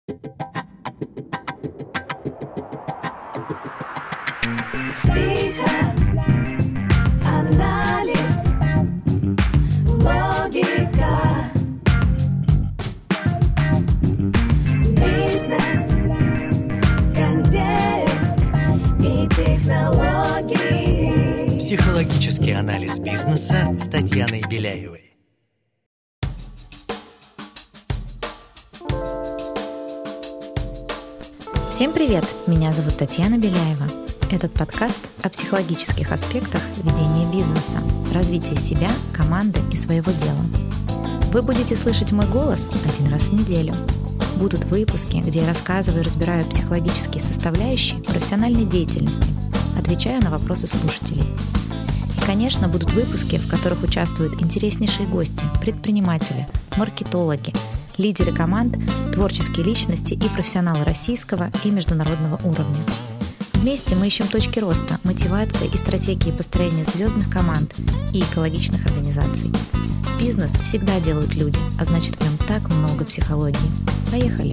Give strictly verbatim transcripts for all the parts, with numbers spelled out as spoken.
Психоанализ, логика, бизнес, контекст и технологии. Психологический анализ бизнеса с Татьяной Беляевой. Всем привет! Меня зовут Татьяна Беляева. Этот подкаст о психологических аспектах ведения бизнеса, развития себя, команды и своего дела. Вы будете слышать мой голос один раз в неделю. Будут выпуски, где я рассказываю и разбираю психологические составляющие профессиональной деятельности, отвечаю на вопросы слушателей. И, конечно, будут выпуски, в которых участвуют интереснейшие гости, предприниматели, маркетологи, лидеры команд, творческие личности и профессионалы российского и международного уровня. Вместе мы ищем точки роста, мотивации и стратегии построения звездных команд и экологичных организаций. Бизнес всегда делают люди, а значит, в нем так много психологии. Поехали!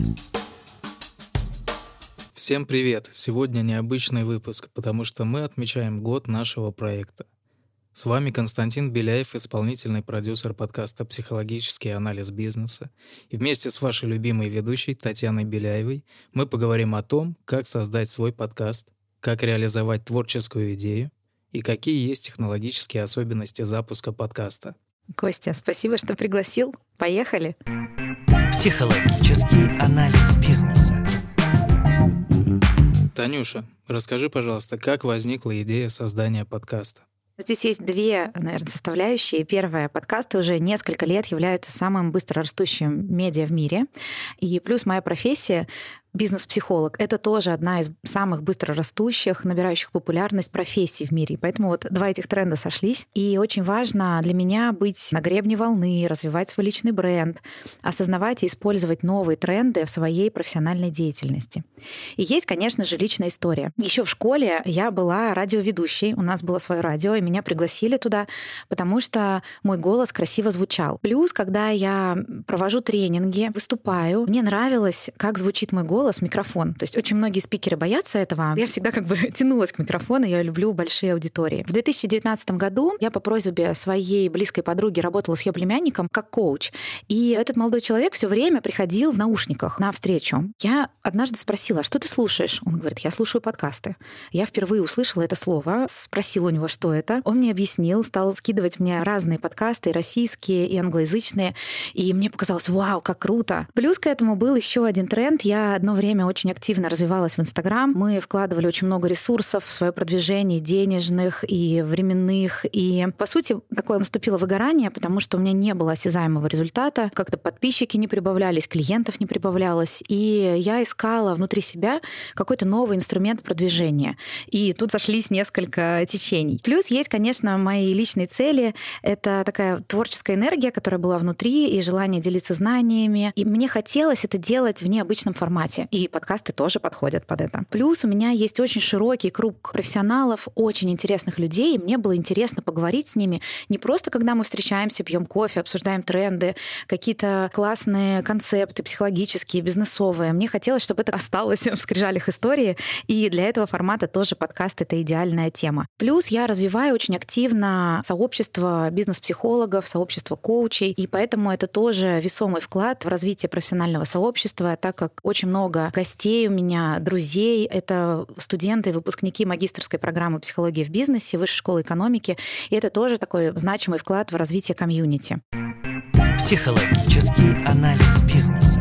Всем привет! Сегодня необычный выпуск, потому что мы отмечаем год нашего проекта. С вами Константин Беляев, исполнительный продюсер подкаста «Психологический анализ бизнеса». И вместе с вашей любимой ведущей Татьяной Беляевой мы поговорим о том, как создать свой подкаст, как реализовать творческую идею и какие есть технологические особенности запуска подкаста. Костя, спасибо, что пригласил. Поехали! Психологический анализ бизнеса. Танюша, расскажи, пожалуйста, как возникла идея создания подкаста? Здесь есть две, наверное, составляющие. Первое, подкасты уже несколько лет являются самым быстрорастущим медиа в мире. И плюс моя профессия — бизнес-психолог. Это тоже одна из самых быстрорастущих, набирающих популярность профессий в мире. Поэтому вот два этих тренда сошлись. И очень важно для меня быть на гребне волны, развивать свой личный бренд, осознавать и использовать новые тренды в своей профессиональной деятельности. И есть, конечно же, личная история. Еще в школе я была радиоведущей. У нас было свое радио, и меня пригласили туда, потому что мой голос красиво звучал. Плюс, когда я провожу тренинги, выступаю, мне нравилось, как звучит мой голос, микрофон. То есть очень многие спикеры боятся этого. Я всегда как бы тянулась к микрофону, я люблю большие аудитории. В две тысячи девятнадцатом году я по просьбе своей близкой подруги работала с ее племянником как коуч. И этот молодой человек все время приходил в наушниках на встречу. Я однажды спросила: что ты слушаешь? Он говорит: я слушаю подкасты. Я впервые услышала это слово, спросила у него, что это. Он мне объяснил, стал скидывать мне разные подкасты, и российские, и англоязычные. И мне показалось: вау, как круто. Плюс к этому был еще один тренд. Я одно время очень активно развивалась в Инстаграм. Мы вкладывали очень много ресурсов в свое продвижение, денежных и временных. И, по сути, такое наступило выгорание, потому что у меня не было осязаемого результата. Как-то подписчики не прибавлялись, клиентов не прибавлялось. И я искала внутри себя какой-то новый инструмент продвижения. И тут сошлись несколько течений. Плюс есть, конечно, мои личные цели. Это такая творческая энергия, которая была внутри, и желание делиться знаниями. И мне хотелось это делать в необычном формате. И подкасты тоже подходят под это. Плюс у меня есть очень широкий круг профессионалов, очень интересных людей, и мне было интересно поговорить с ними не просто, когда мы встречаемся, пьем кофе, обсуждаем тренды, какие-то классные концепты психологические, бизнесовые. Мне хотелось, чтобы это осталось в скрижалях истории, и для этого формата тоже подкаст — это идеальная тема. Плюс я развиваю очень активно сообщество бизнес-психологов, сообщество коучей, и поэтому это тоже весомый вклад в развитие профессионального сообщества, так как очень много гостей у меня, друзей. Это студенты и выпускники магистерской программы «Психология в бизнесе» Высшей школы экономики. И это тоже такой значимый вклад в развитие комьюнити. Психологический анализ бизнеса.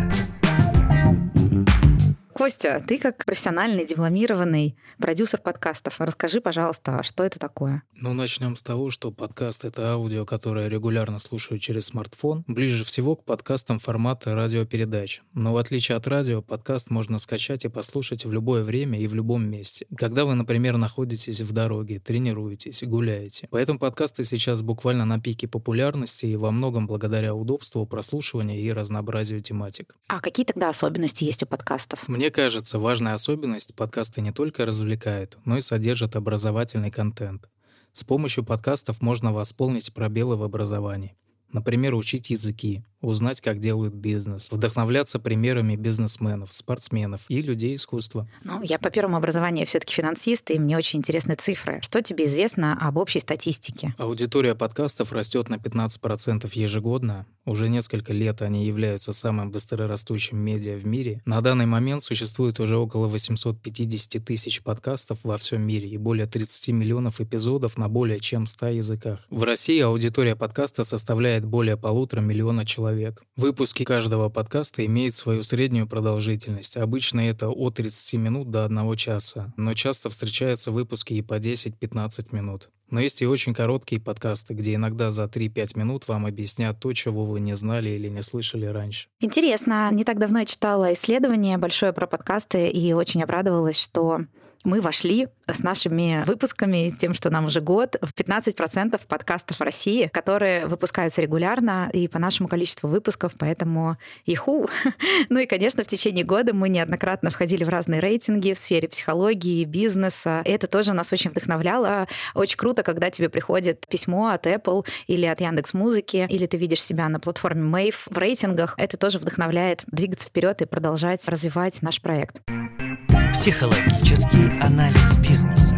Костя, ты как профессиональный, дипломированный продюсер подкастов, расскажи, пожалуйста, что это такое? Ну, начнем с того, что подкаст — это аудио, которое регулярно слушаю через смартфон. Ближе всего к подкастам формата радиопередач. Но в отличие от радио, подкаст можно скачать и послушать в любое время и в любом месте. Когда вы, например, находитесь в дороге, тренируетесь, гуляете. Поэтому подкасты сейчас буквально на пике популярности и во многом благодаря удобству прослушивания и разнообразию тематик. А какие тогда особенности есть у подкастов? Мне кажется, важная особенность — подкасты не только развлекают, но и содержат образовательный контент. С помощью подкастов можно восполнить пробелы в образовании. Например, учить языки, узнать, как делают бизнес, вдохновляться примерами бизнесменов, спортсменов и людей искусства. Ну, я по первому образованию все-таки финансист, и мне очень интересны цифры. Что тебе известно об общей статистике? Аудитория подкастов растет на пятнадцать процентов ежегодно. Уже несколько лет они являются самым быстрорастущим медиа в мире. На данный момент существует уже около восемьсот пятьдесят тысяч подкастов во всем мире и более тридцать миллионов эпизодов на более чем ста языках. В России аудитория подкаста составляет более полутора миллиона человек. Выпуски каждого подкаста имеют свою среднюю продолжительность. Обычно это от тридцати минут до одного часа, но часто встречаются выпуски и по десять-пятнадцать минут. Но есть и очень короткие подкасты, где иногда за три-пять минут вам объяснят то, чего вы не знали или не слышали раньше. Интересно. Не так давно я читала исследование большое про подкасты и очень обрадовалась, что мы вошли с нашими выпусками, с тем, что нам уже год, в пятнадцать процентов подкастов в России, которые выпускаются регулярно и по нашему количеству выпусков, поэтому иху. Ну и, конечно, в течение года мы неоднократно входили в разные рейтинги в сфере психологии, бизнеса. Это тоже нас очень вдохновляло. Очень круто, когда тебе приходит письмо от Apple или от Яндекс.Музыки, или ты видишь себя на платформе Мэйв в рейтингах. Это тоже вдохновляет двигаться вперед и продолжать развивать наш проект. Психологический анализ бизнеса.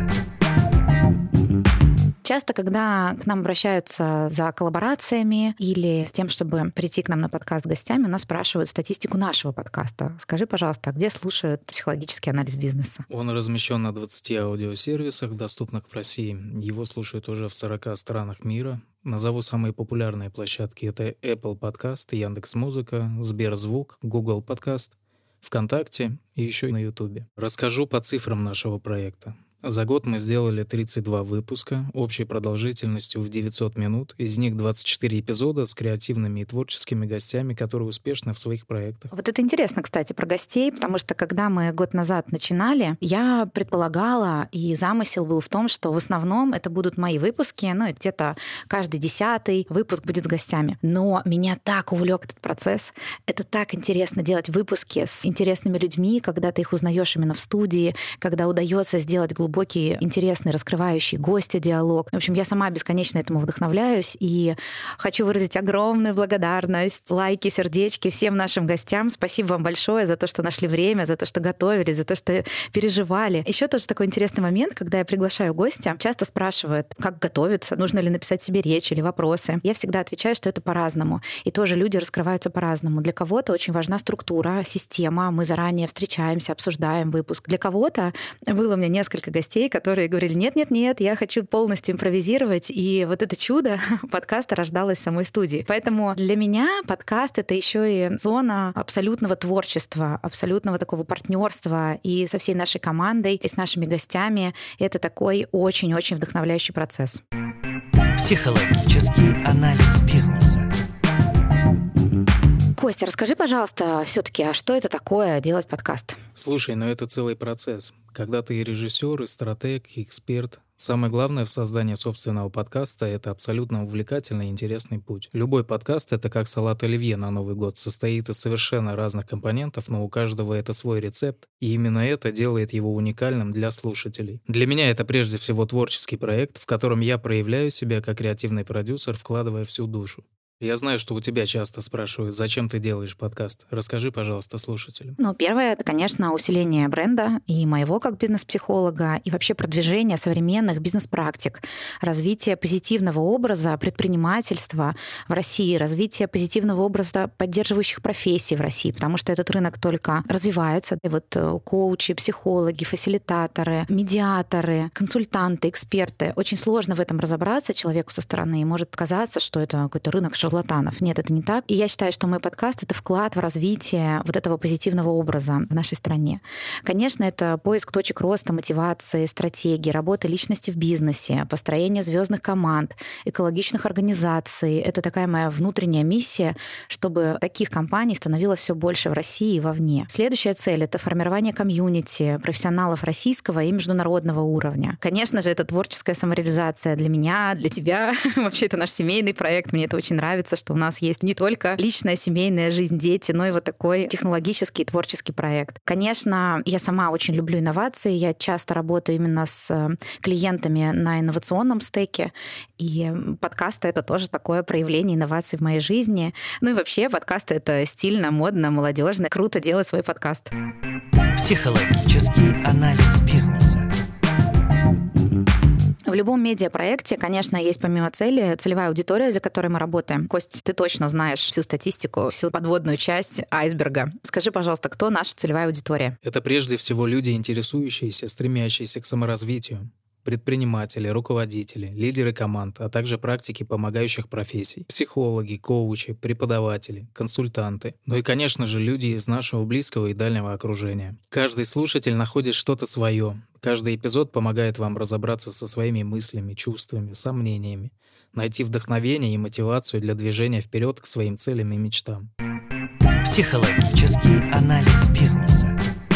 Часто, когда к нам обращаются за коллаборациями или с тем, чтобы прийти к нам на подкаст с гостями, у нас спрашивают статистику нашего подкаста. Скажи, пожалуйста, а где слушают психологический анализ бизнеса? Он размещен на двадцати аудиосервисах, доступных в России. Его слушают уже в сорока странах мира. Назову самые популярные площадки. Это Apple Podcast, Яндекс.Музыка, Сберзвук, Google Podcast, ВКонтакте и еще и на Ютубе. Расскажу по цифрам нашего проекта. За год мы сделали тридцать два выпуска общей продолжительностью в девятьсот минут. Из них двадцать четыре эпизода с креативными и творческими гостями, которые успешны в своих проектах. Вот это интересно, кстати, про гостей, потому что когда мы год назад начинали, я предполагала, и замысел был в том, что в основном это будут мои выпуски, ну и где-то каждый десятый выпуск будет с гостями. Но меня так увлек этот процесс. Это так интересно делать выпуски с интересными людьми, когда ты их узнаешь именно в студии, когда удается сделать глубокий, интересный, раскрывающий гостя диалог. В общем, я сама бесконечно этому вдохновляюсь и хочу выразить огромную благодарность, лайки, сердечки всем нашим гостям. Спасибо вам большое за то, что нашли время, за то, что готовили, за то, что переживали. Еще тоже такой интересный момент, когда я приглашаю гостя, часто спрашивают, как готовиться, нужно ли написать себе речь или вопросы. Я всегда отвечаю, что это по-разному. И тоже люди раскрываются по-разному. Для кого-то очень важна структура, система. Мы заранее встречаемся, обсуждаем выпуск. Для кого-то было у меня несколько гостей, которые говорили, нет-нет-нет, я хочу полностью импровизировать, и вот это чудо подкаста рождалось в самой студии. Поэтому для меня подкаст — это еще и зона абсолютного творчества, абсолютного такого партнерства и со всей нашей командой, и с нашими гостями. И это такой очень-очень вдохновляющий процесс. Психологический анализ бизнеса. Костя, расскажи, пожалуйста, все-таки, а что это такое делать подкаст? Слушай, но это целый процесс. Когда ты и режиссер, и стратег, и эксперт, самое главное в создании собственного подкаста — это абсолютно увлекательный и интересный путь. Любой подкаст — это как салат оливье на Новый год, состоит из совершенно разных компонентов, но у каждого это свой рецепт, и именно это делает его уникальным для слушателей. Для меня это прежде всего творческий проект, в котором я проявляю себя как креативный продюсер, вкладывая всю душу. Я знаю, что у тебя часто спрашивают, зачем ты делаешь подкаст. Расскажи, пожалуйста, слушателям. Ну, первое — это, конечно, усиление бренда и моего как бизнес-психолога, и вообще продвижение современных бизнес-практик, развитие позитивного образа предпринимательства в России, развитие позитивного образа поддерживающих профессий в России, потому что этот рынок только развивается. И вот коучи, психологи, фасилитаторы, медиаторы, консультанты, эксперты. Очень сложно в этом разобраться человеку со стороны, и может казаться, что это какой-то рынок шарлатанов. Нет, это не так. И я считаю, что мой подкаст — это вклад в развитие вот этого позитивного образа в нашей стране. Конечно, это поиск точек роста, мотивации, стратегии, работы личности в бизнесе, построение звездных команд, экологичных организаций. Это такая моя внутренняя миссия, чтобы таких компаний становилось все больше в России и вовне. Следующая цель — это формирование комьюнити профессионалов российского и международного уровня. Конечно же, это творческая самореализация для меня, для тебя. Вообще, это наш семейный проект, мне это очень нравится. нравится, что у нас есть не только личная, семейная жизнь, дети, но и вот такой технологический и творческий проект. Конечно, я сама очень люблю инновации, я часто работаю именно с клиентами на инновационном стеке, и подкасты — это тоже такое проявление инноваций в моей жизни. Ну и вообще подкасты — это стильно, модно, молодежно. Круто делать свой подкаст. Психологический анализ бизнеса. В любом медиапроекте, конечно, есть помимо цели целевая аудитория, для которой мы работаем. Кость, ты точно знаешь всю статистику, всю подводную часть айсберга. Скажи, пожалуйста, кто наша целевая аудитория? Это прежде всего люди, интересующиеся, стремящиеся к саморазвитию. Предприниматели, руководители, лидеры команд, а также практики помогающих профессий, психологи, коучи, преподаватели, консультанты. Ну и, конечно же, люди из нашего близкого и дальнего окружения. Каждый слушатель находит что-то свое. Каждый эпизод помогает вам разобраться со своими мыслями, чувствами, сомнениями, найти вдохновение и мотивацию для движения вперед к своим целям и мечтам. Психологический анализ бизнеса.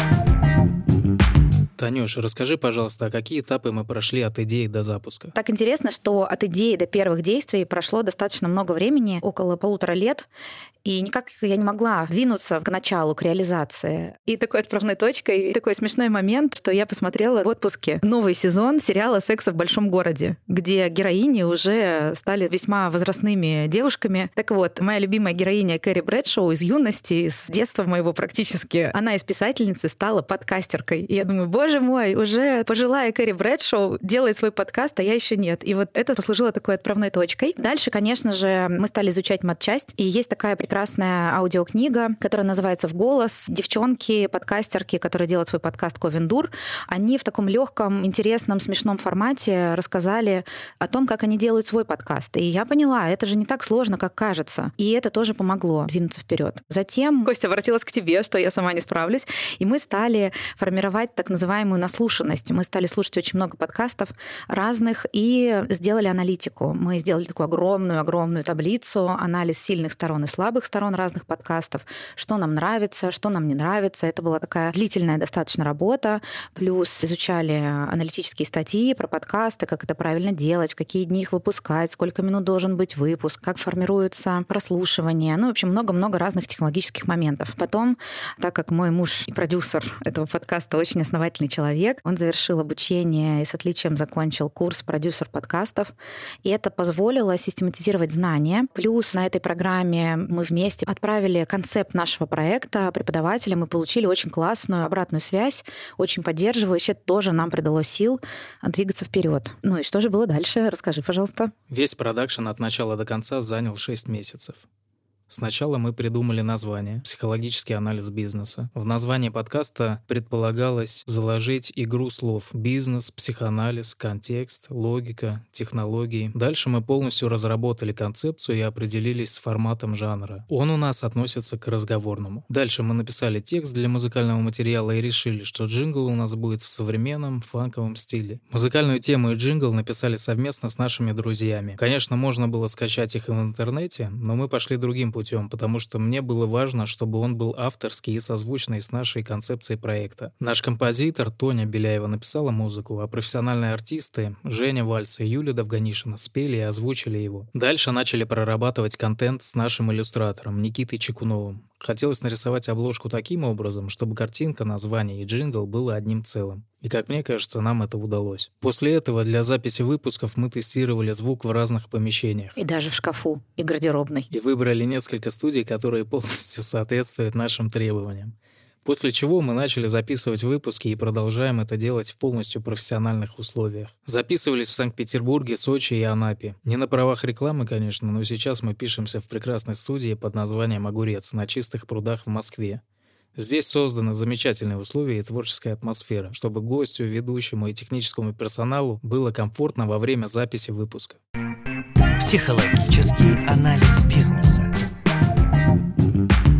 Танюш, расскажи, пожалуйста, а какие этапы мы прошли от идеи до запуска? Так интересно, что от идеи до первых действий прошло достаточно много времени, около полутора лет, и никак я не могла двинуться к началу, к реализации. И такой отправной точкой, такой смешной момент, что я посмотрела в отпуске новый сезон сериала «Секса в большом городе», где героини уже стали весьма возрастными девушками. Так вот, моя любимая героиня Кэрри Брэдшоу из юности, из детства моего практически, она из писательницы стала подкастеркой. И я думаю, боже мой, уже пожилая Кэрри Брэдшоу делает свой подкаст, а я еще нет. И вот это послужило такой отправной точкой. Дальше, конечно же, мы стали изучать матчасть, и есть такая прекрасная аудиокнига, которая называется «В голос». Девчонки, подкастерки, которые делают свой подкаст «Ковендур», они в таком легком, интересном, смешном формате рассказали о том, как они делают свой подкаст. И я поняла, это же не так сложно, как кажется. И это тоже помогло двинуться вперед. Затем Костя обратилась к тебе, что я сама не справлюсь, и мы стали формировать так называемую наслушанность. Мы стали слушать очень много подкастов разных и сделали аналитику. Мы сделали такую огромную-огромную таблицу, анализ сильных сторон и слабых сторон разных подкастов, что нам нравится, что нам не нравится. Это была такая длительная достаточно работа. Плюс изучали аналитические статьи про подкасты, как это правильно делать, в какие дни их выпускать, сколько минут должен быть выпуск, как формируется прослушивание. Ну, в общем, много-много разных технологических моментов. Потом, так как мой муж и продюсер этого подкаста очень основательный человек, он завершил обучение и с отличием закончил курс продюсер подкастов. И это позволило систематизировать знания. Плюс на этой программе мы вместе отправили концепт нашего проекта преподавателям и получили очень классную обратную связь, очень поддерживающую. Это тоже нам придало сил двигаться вперед. Ну и что же было дальше? Расскажи, пожалуйста. Весь продакшн от начала до конца занял шесть месяцев. Сначала мы придумали название «Психологический анализ бизнеса». В названии подкаста предполагалось заложить игру слов: бизнес, психоанализ, контекст, логика, технологии. Дальше мы полностью разработали концепцию и определились с форматом жанра. Он у нас относится к разговорному. Дальше мы написали текст для музыкального материала и решили, что джингл у нас будет в современном фанковом стиле. Музыкальную тему и джингл написали совместно с нашими друзьями. Конечно, можно было скачать их в интернете, но мы пошли другим путем. Путем, потому что мне было важно, чтобы он был авторский и созвучный с нашей концепцией проекта. Наш композитор Тоня Беляева написала музыку, а профессиональные артисты Женя Вальца и Юлия Довганишина спели и озвучили его. Дальше начали прорабатывать контент с нашим иллюстратором Никитой Чекуновым. Хотелось нарисовать обложку таким образом, чтобы картинка, название и джингл было одним целым. И, как мне кажется, нам это удалось. После этого для записи выпусков мы тестировали звук в разных помещениях. И даже в шкафу, и гардеробной. И выбрали несколько студий, которые полностью соответствуют нашим требованиям. После чего мы начали записывать выпуски и продолжаем это делать в полностью профессиональных условиях. Записывались в Санкт-Петербурге, Сочи и Анапе. Не на правах рекламы, конечно, но сейчас мы пишемся в прекрасной студии под названием «Огурец» на Чистых прудах в Москве. Здесь созданы замечательные условия и творческая атмосфера, чтобы гостю, ведущему и техническому персоналу было комфортно во время записи выпуска. Психологический анализ бизнеса.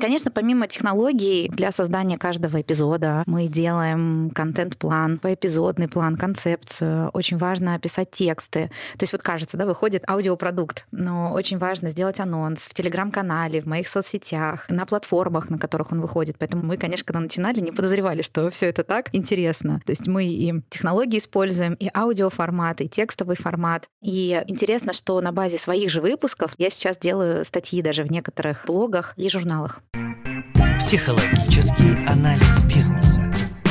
конечно, помимо технологий, для создания каждого эпизода мы делаем контент-план, поэпизодный план, концепцию. Очень важно писать тексты. То есть вот кажется, да, выходит аудиопродукт, но очень важно сделать анонс в Телеграм-канале, в моих соцсетях, на платформах, на которых он выходит. Поэтому мы, конечно, когда начинали, не подозревали, что все это так интересно. То есть мы и технологии используем, и аудиоформат, и текстовый формат. И интересно, что на базе своих же выпусков я сейчас делаю статьи даже в некоторых блогах и журналах. Психологический анализ бизнеса.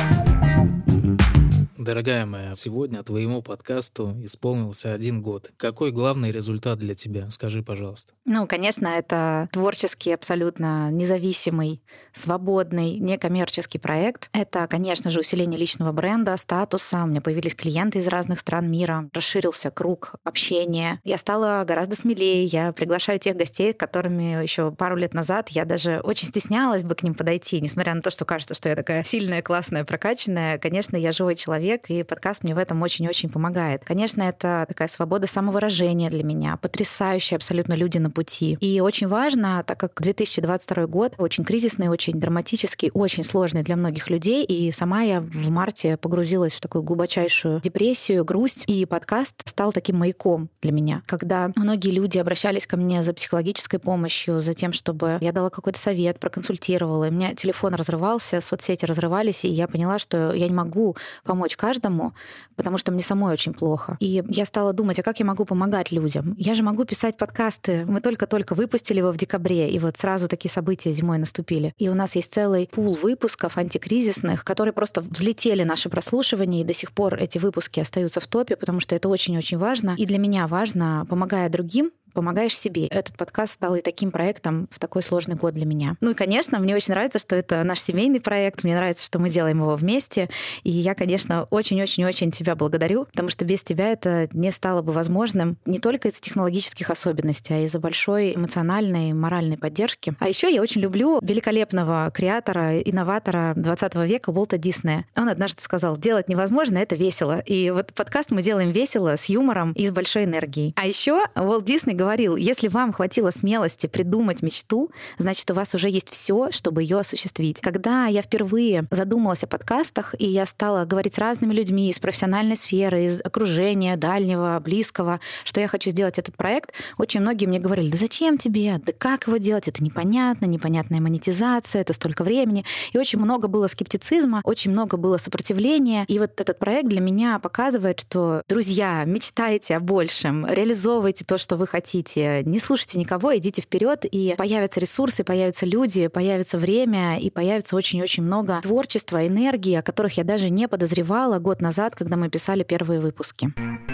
Дорогая моя, сегодня твоему подкасту исполнился один год. Какой главный результат для тебя? Скажи, пожалуйста. Ну, конечно, это творческий, абсолютно независимый, свободный, некоммерческий проект. Это, конечно же, усиление личного бренда, статуса. У меня появились клиенты из разных стран мира, расширился круг общения. Я стала гораздо смелее. Я приглашаю тех гостей, с которыми еще пару лет назад я даже очень стеснялась бы к ним подойти, несмотря на то, что кажется, что я такая сильная, классная, прокачанная. Конечно, я живой человек, и подкаст мне в этом очень-очень помогает. Конечно, это такая свобода самовыражения для меня, потрясающие абсолютно люди на пути. И очень важно, так как две тысячи двадцать второй год очень кризисный, очень драматический, очень сложный для многих людей, и сама я в марте погрузилась в такую глубочайшую депрессию, грусть, и подкаст стал таким маяком для меня. Когда многие люди обращались ко мне за психологической помощью, за тем, чтобы я дала какой-то совет, проконсультировала, и у меня телефон разрывался, соцсети разрывались, и я поняла, что я не могу помочь каждому, потому что мне самой очень плохо. И я стала думать, а как я могу помогать людям? Я же могу писать подкасты. Мы только-только выпустили его в декабре, и вот сразу такие события зимой наступили. И у нас есть целый пул выпусков антикризисных, которые просто взлетели наши прослушивания, и до сих пор эти выпуски остаются в топе, потому что это очень-очень важно. И для меня важно, помогая другим, помогаешь себе. Этот подкаст стал и таким проектом в такой сложный год для меня. Ну и, конечно, мне очень нравится, что это наш семейный проект, мне нравится, что мы делаем его вместе, и я, конечно, очень-очень-очень тебя благодарю, потому что без тебя это не стало бы возможным не только из технологических особенностей, а из-за большой эмоциональной, моральной поддержки. А еще я очень люблю великолепного креатора, инноватора двадцатого века Уолта Диснея. Он однажды сказал: делать невозможно — это весело. И вот подкаст мы делаем весело, с юмором и с большой энергией. А еще Уолт Дисней говорил: говорил, если вам хватило смелости придумать мечту, значит, у вас уже есть все, чтобы ее осуществить. Когда я впервые задумалась о подкастах, и я стала говорить с разными людьми из профессиональной сферы, из окружения, дальнего, близкого, что я хочу сделать этот проект, очень многие мне говорили: да зачем тебе? Да как его делать? Это непонятно, непонятная монетизация, это столько времени. И очень много было скептицизма, очень много было сопротивления. И вот этот проект для меня показывает, что, друзья, мечтайте о большем, реализовывайте то, что вы хотите, не слушайте никого, идите вперед, и появятся ресурсы, появятся люди, появится время, и появится очень-очень много творчества, энергии, о которых я даже не подозревала год назад, когда мы писали первые выпуски.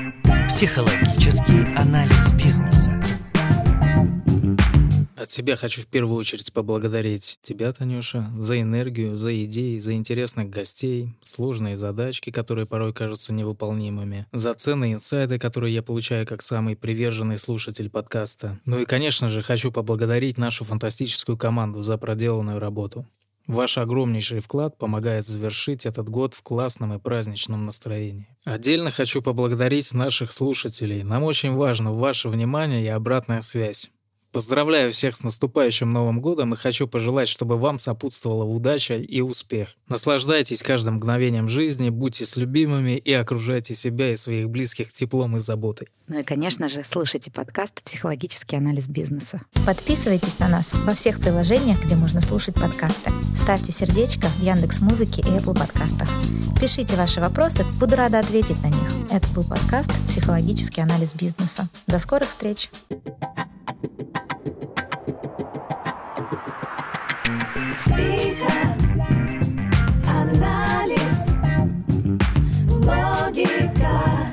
Психологический анализ бизнеса. От себя хочу в первую очередь поблагодарить тебя, Танюша, за энергию, за идеи, за интересных гостей, сложные задачки, которые порой кажутся невыполнимыми, за ценные инсайды, которые я получаю как самый приверженный слушатель подкаста. Ну и, конечно же, хочу поблагодарить нашу фантастическую команду за проделанную работу. Ваш огромнейший вклад помогает завершить этот год в классном и праздничном настроении. Отдельно хочу поблагодарить наших слушателей. Нам очень важно ваше внимание и обратная связь. Поздравляю всех с наступающим Новым годом и хочу пожелать, чтобы вам сопутствовала удача и успех. Наслаждайтесь каждым мгновением жизни, будьте с любимыми и окружайте себя и своих близких теплом и заботой. Ну и, конечно же, слушайте подкаст «Психологический анализ бизнеса». Подписывайтесь на нас во всех приложениях, где можно слушать подкасты. Ставьте сердечко в Яндекс.Музыке и Apple подкастах. Пишите ваши вопросы, буду рада ответить на них. Это был подкаст «Психологический анализ бизнеса». До скорых встреч! Психоанализ, логика,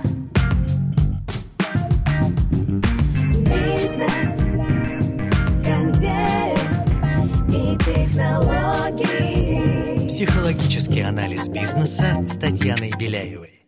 бизнес, контекст и технологии. Психологический анализ бизнеса с Татьяной Беляевой.